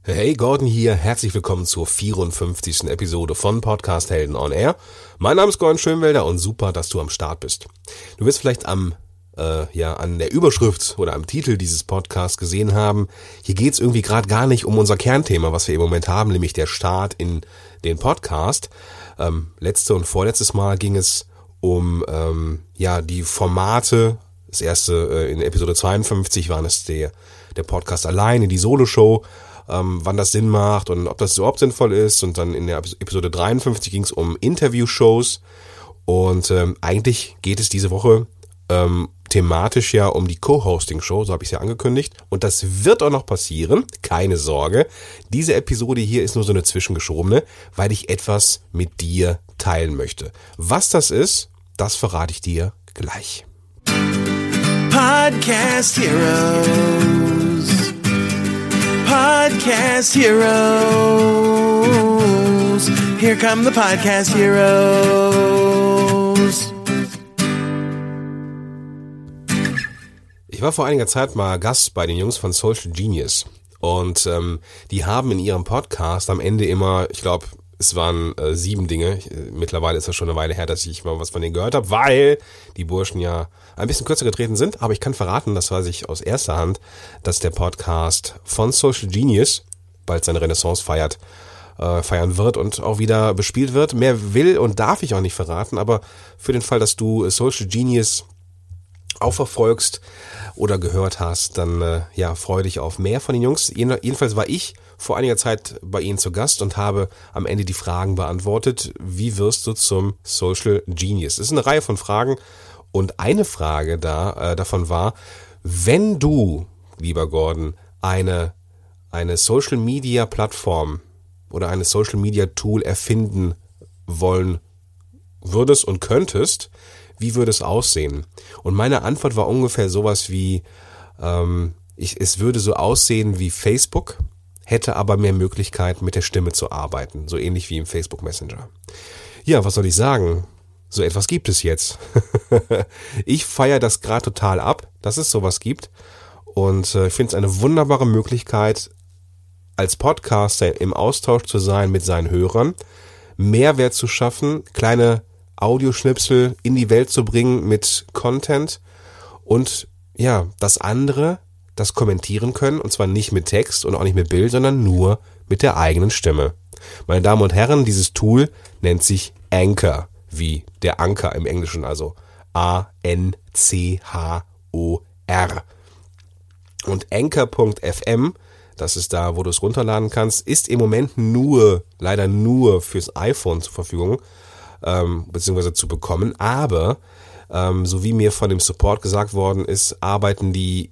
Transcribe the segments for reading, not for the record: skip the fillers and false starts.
Hey, Gordon hier, herzlich willkommen zur 54. Episode von Podcast Helden on Air. Mein Name ist Gordon Schönwelder und super, dass du am Start bist. Du wirst vielleicht an der Überschrift oder am Titel dieses Podcasts gesehen haben, hier geht's irgendwie gerade gar nicht um unser Kernthema, was wir im Moment haben, nämlich der Start in den Podcast. Letzte und vorletztes Mal ging es um die Formate. Das erste in Episode 52 waren es der Podcast alleine, die Solo-Show, wann das Sinn macht und ob das überhaupt sinnvoll ist. Und dann in der Episode 53 ging es um Interview-Shows. Und eigentlich geht es diese Woche thematisch ja um die Co-Hosting-Show, so habe ich es ja angekündigt. Und das wird auch noch passieren, keine Sorge. Diese Episode hier ist nur so eine zwischengeschobene, weil ich etwas mit dir teilen möchte. Was das ist, das verrate ich dir gleich. Podcast Heroes. Podcast Heroes. Here come the Podcast Heroes. Ich war vor einiger Zeit mal Gast bei den Jungs von Social Genius und die haben in ihrem Podcast am Ende immer, ich glaube, es waren 7 Dinge. Mittlerweile ist das schon eine Weile her, dass ich mal was von denen gehört habe, weil die Burschen ja ein bisschen kürzer getreten sind. Aber ich kann verraten, das weiß ich aus erster Hand, dass der Podcast von Social Genius bald seine Renaissance feiern wird und auch wieder bespielt wird. Mehr will und darf ich auch nicht verraten, aber für den Fall, dass du Social Genius auch verfolgst oder gehört hast, dann freue dich auf mehr von den Jungs. Jedenfalls war ich vor einiger Zeit bei ihnen zu Gast und habe am Ende die Fragen beantwortet, wie wirst du zum Social Genius? Es ist eine Reihe von Fragen und eine Frage davon war, wenn du, lieber Gordon, eine Social Media Plattform oder eine Social Media Tool erfinden wollen würdest und könntest, wie würde es aussehen? Und meine Antwort war ungefähr sowas wie, es würde so aussehen wie Facebook, hätte aber mehr Möglichkeiten mit der Stimme zu arbeiten, so ähnlich wie im Facebook Messenger. Ja, was soll ich sagen? So etwas gibt es jetzt. Ich feiere das gerade total ab, dass es sowas gibt und ich finde es eine wunderbare Möglichkeit, als Podcaster im Austausch zu sein mit seinen Hörern, Mehrwert zu schaffen, kleine Audioschnipsel in die Welt zu bringen mit Content und ja, das andere, das kommentieren können, und zwar nicht mit Text und auch nicht mit Bild, sondern nur mit der eigenen Stimme. Meine Damen und Herren, dieses Tool nennt sich Anchor, wie der Anker im Englischen, also A-N-C-H-O-R. Und Anchor.fm, das ist da, wo du es runterladen kannst, ist im Moment leider nur fürs iPhone zur Verfügung, beziehungsweise zu bekommen, aber so wie mir von dem Support gesagt worden ist, arbeiten die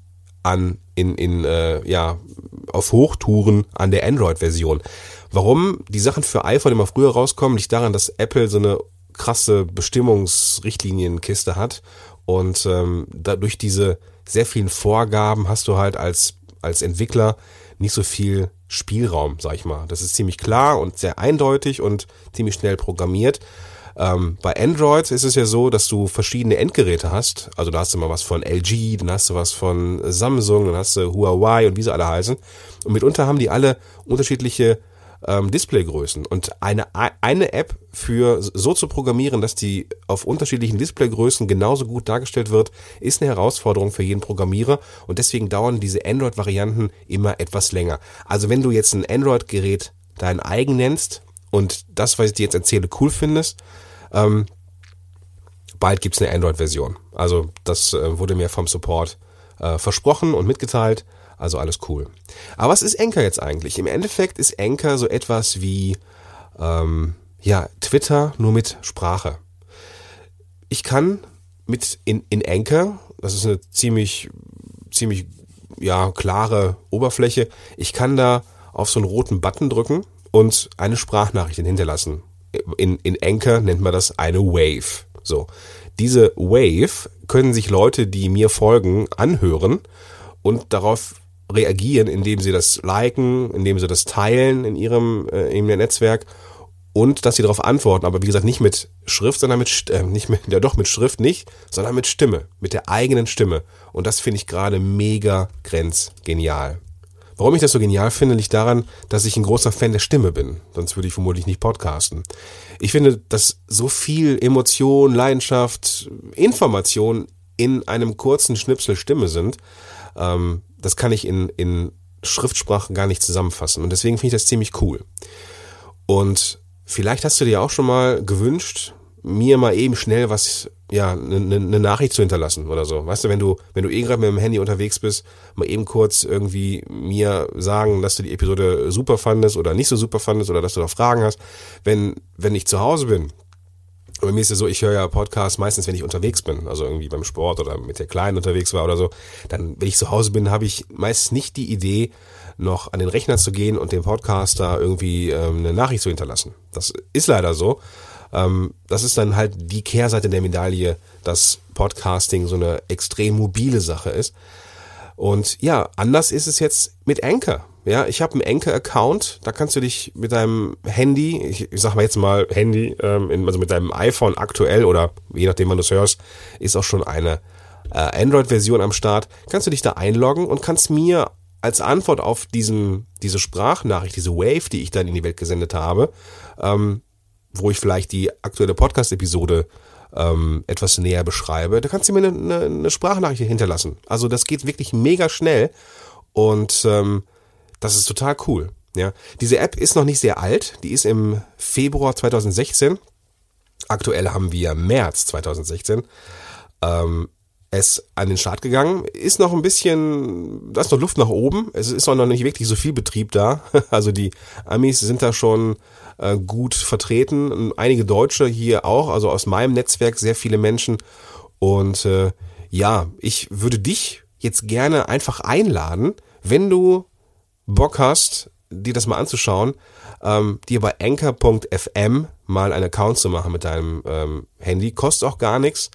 auf Hochtouren an der Android-Version. Warum die Sachen für iPhone immer früher rauskommen, liegt daran, dass Apple so eine krasse Bestimmungsrichtlienienkiste hat und dadurch diese sehr vielen Vorgaben hast du halt als Entwickler nicht so viel Spielraum, sag ich mal. Das ist ziemlich klar und sehr eindeutig und ziemlich schnell programmiert. Bei Android ist es ja so, dass du verschiedene Endgeräte hast. Also da hast du mal was von LG, dann hast du was von Samsung, dann hast du Huawei und wie sie alle heißen. Und mitunter haben die alle unterschiedliche Displaygrößen. Und eine App für so zu programmieren, dass die auf unterschiedlichen Displaygrößen genauso gut dargestellt wird, ist eine Herausforderung für jeden Programmierer. Und deswegen dauern diese Android-Varianten immer etwas länger. Also wenn du jetzt ein Android-Gerät dein eigen nennst und das, was ich dir jetzt erzähle, cool findest, bald gibt's eine Android-Version. Also das wurde mir vom Support versprochen und mitgeteilt. Also alles cool. Aber was ist Anchor jetzt eigentlich? Im Endeffekt ist Anchor so etwas wie Twitter nur mit Sprache. Ich kann in Anchor, das ist eine ziemlich klare Oberfläche, ich kann da auf so einen roten Button drücken und eine Sprachnachricht hinterlassen. In Anchor nennt man das eine Wave. So, diese Wave können sich Leute, die mir folgen, anhören und darauf reagieren, indem sie das liken, indem sie das teilen in ihrem Netzwerk und dass sie darauf antworten. Aber wie gesagt, nicht mit Schrift, sondern mit Schrift nicht, sondern mit Stimme, mit der eigenen Stimme. Und das finde ich gerade mega grenzgenial. Warum ich das so genial finde, liegt daran, dass ich ein großer Fan der Stimme bin. Sonst würde ich vermutlich nicht podcasten. Ich finde, dass so viel Emotion, Leidenschaft, Information in einem kurzen Schnipsel Stimme sind, das kann ich in Schriftsprache gar nicht zusammenfassen. Und deswegen finde ich das ziemlich cool. Und vielleicht hast du dir auch schon mal gewünscht, mir mal eben schnell eine Nachricht zu hinterlassen oder so. Weißt du, wenn du gerade mit dem Handy unterwegs bist, mal eben kurz irgendwie mir sagen, dass du die Episode super fandest oder nicht so super fandest oder dass du noch Fragen hast. Wenn ich zu Hause bin, bei mir ist ja so, ich höre ja Podcasts meistens, wenn ich unterwegs bin, also irgendwie beim Sport oder mit der Kleinen unterwegs war oder so, dann, wenn ich zu Hause bin, habe ich meistens nicht die Idee, noch an den Rechner zu gehen und dem Podcaster irgendwie eine Nachricht zu hinterlassen. Das ist leider so. Das ist dann halt die Kehrseite der Medaille, dass Podcasting so eine extrem mobile Sache ist. Und ja, anders ist es jetzt mit Anchor. Ja, ich habe einen Anchor-Account, da kannst du dich mit deinem Handy, ich sag mal jetzt mal Handy, also mit deinem iPhone aktuell oder je nachdem, wann du es hörst, ist auch schon eine Android-Version am Start, kannst du dich da einloggen und kannst mir als Antwort auf diese Sprachnachricht, diese Wave, die ich dann in die Welt gesendet habe, wo ich vielleicht die aktuelle Podcast-Episode etwas näher beschreibe, da kannst du mir eine Sprachnachricht hinterlassen. Also das geht wirklich mega schnell und das ist total cool. Ja, diese App ist noch nicht sehr alt, die ist im Februar 2016. Aktuell haben wir März 2016. Es an den Start gegangen, ist noch ein bisschen, da ist noch Luft nach oben, es ist auch noch nicht wirklich so viel Betrieb da, also die Amis sind da schon gut vertreten, einige Deutsche hier auch, also aus meinem Netzwerk sehr viele Menschen und ja, ich würde dich jetzt gerne einfach einladen, wenn du Bock hast, dir das mal anzuschauen, dir bei anchor.fm mal einen Account zu machen mit deinem Handy, kostet auch gar nichts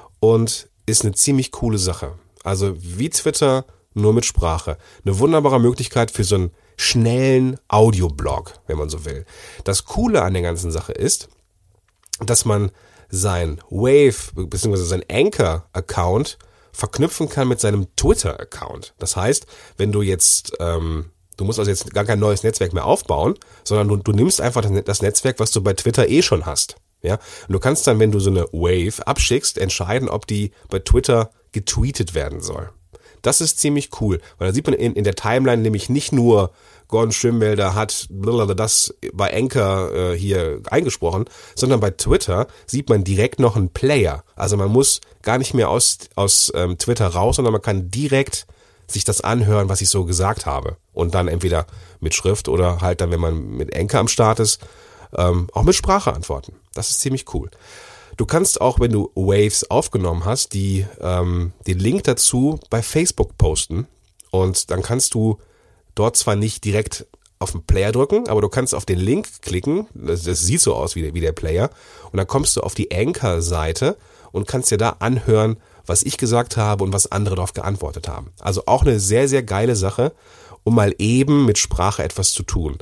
und ist eine ziemlich coole Sache. Also wie Twitter, nur mit Sprache. Eine wunderbare Möglichkeit für so einen schnellen Audioblog, wenn man so will. Das Coole an der ganzen Sache ist, dass man sein Wave bzw. sein Anchor-Account verknüpfen kann mit seinem Twitter-Account. Das heißt, wenn du jetzt, du musst also jetzt gar kein neues Netzwerk mehr aufbauen, sondern du nimmst einfach das Netzwerk, was du bei Twitter eh schon hast. Ja, und du kannst dann, wenn du so eine Wave abschickst, entscheiden, ob die bei Twitter getweetet werden soll. Das ist ziemlich cool, weil da sieht man in der Timeline nämlich nicht nur Gordon Schönwelder hat das bei Anchor hier eingesprochen, sondern bei Twitter sieht man direkt noch einen Player. Also man muss gar nicht mehr aus Twitter raus, sondern man kann direkt sich das anhören, was ich so gesagt habe. Und dann entweder mit Schrift oder halt dann, wenn man mit Anchor am Start ist, auch mit Sprache antworten. Das ist ziemlich cool. Du kannst auch, wenn du Waves aufgenommen hast, den Link dazu bei Facebook posten und dann kannst du dort zwar nicht direkt auf den Player drücken, aber du kannst auf den Link klicken, das sieht so aus wie der Player und dann kommst du auf die Anchor-Seite und kannst dir da anhören, was ich gesagt habe und was andere darauf geantwortet haben. Also auch eine sehr, sehr geile Sache, um mal eben mit Sprache etwas zu tun.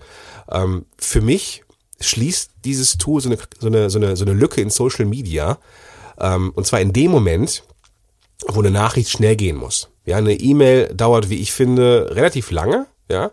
Für mich schließt dieses Tool so eine Lücke in Social Media, und zwar in dem Moment, wo eine Nachricht schnell gehen muss. Ja, eine E-Mail dauert, wie ich finde, relativ lange. Ja,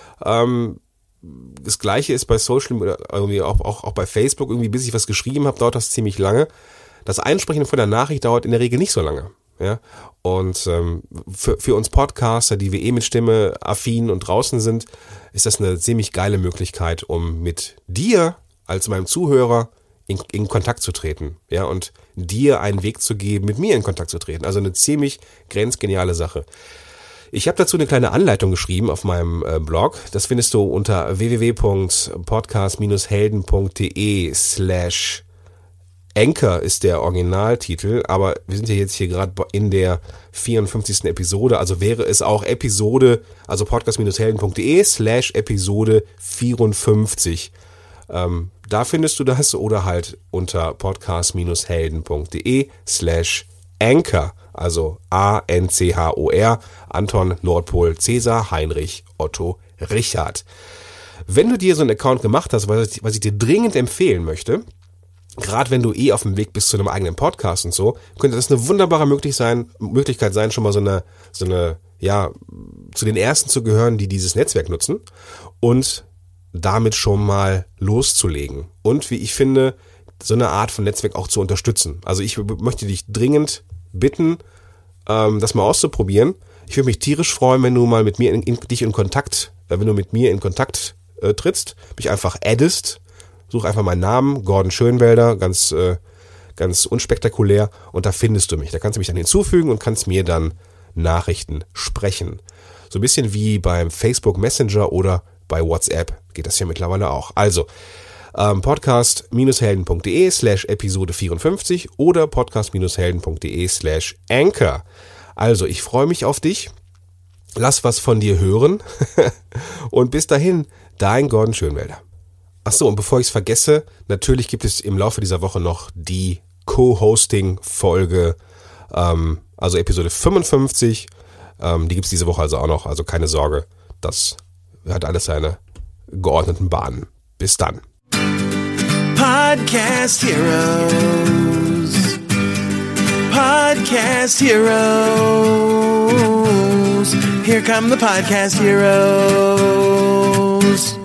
das Gleiche ist bei Social Media, irgendwie auch bei Facebook, irgendwie bis ich was geschrieben habe, dauert das ziemlich lange. Das Einsprechen von der Nachricht dauert in der Regel nicht so lange. Ja, und für uns Podcaster, die wir eh mit Stimme affin und draußen sind, ist das eine ziemlich geile Möglichkeit, um mit dir als meinem Zuhörer in Kontakt zu treten, ja, und dir einen Weg zu geben, mit mir in Kontakt zu treten. Also eine ziemlich grenzgeniale Sache. Ich habe dazu eine kleine Anleitung geschrieben auf meinem Blog. Das findest du unter www.podcast-helden.de/Anchor ist der Originaltitel, aber wir sind ja jetzt hier gerade in der 54. Episode, also wäre es auch Episode, also podcast-helden.de/Episode 54. Da findest du das oder halt unter podcast-helden.de/Anchor, also ANCHOR, Anton, Nordpol, Cäsar, Heinrich, Otto, Richard. Wenn du dir so einen Account gemacht hast, was ich dir dringend empfehlen möchte, gerade wenn du auf dem Weg bist zu einem eigenen Podcast und so, könnte das eine wunderbare Möglichkeit sein, schon mal so eine zu den ersten zu gehören, die dieses Netzwerk nutzen und damit schon mal loszulegen. Und wie ich finde, so eine Art von Netzwerk auch zu unterstützen. Also ich möchte dich dringend bitten, das mal auszuprobieren. Ich würde mich tierisch freuen, wenn du mal mit mir wenn du mit mir in Kontakt trittst, mich einfach addest, such einfach meinen Namen, Gordon Schönwelder, ganz unspektakulär, und da findest du mich. Da kannst du mich dann hinzufügen und kannst mir dann Nachrichten sprechen. So ein bisschen wie beim Facebook Messenger oder bei WhatsApp geht das ja mittlerweile auch. Also, podcast-helden.de/Episode 54 oder podcast-helden.de/Anchor. Also, ich freue mich auf dich. Lass was von dir hören. Und bis dahin, dein Gordon Schönwelder. Achso, und bevor ich es vergesse, natürlich gibt es im Laufe dieser Woche noch die Co-Hosting-Folge, also Episode 55. Die gibt es diese Woche also auch noch, also keine Sorge. Das hat alles seine geordneten Bahnen. Bis dann. Podcast Heroes. Podcast Heroes. Here come the Podcast Heroes.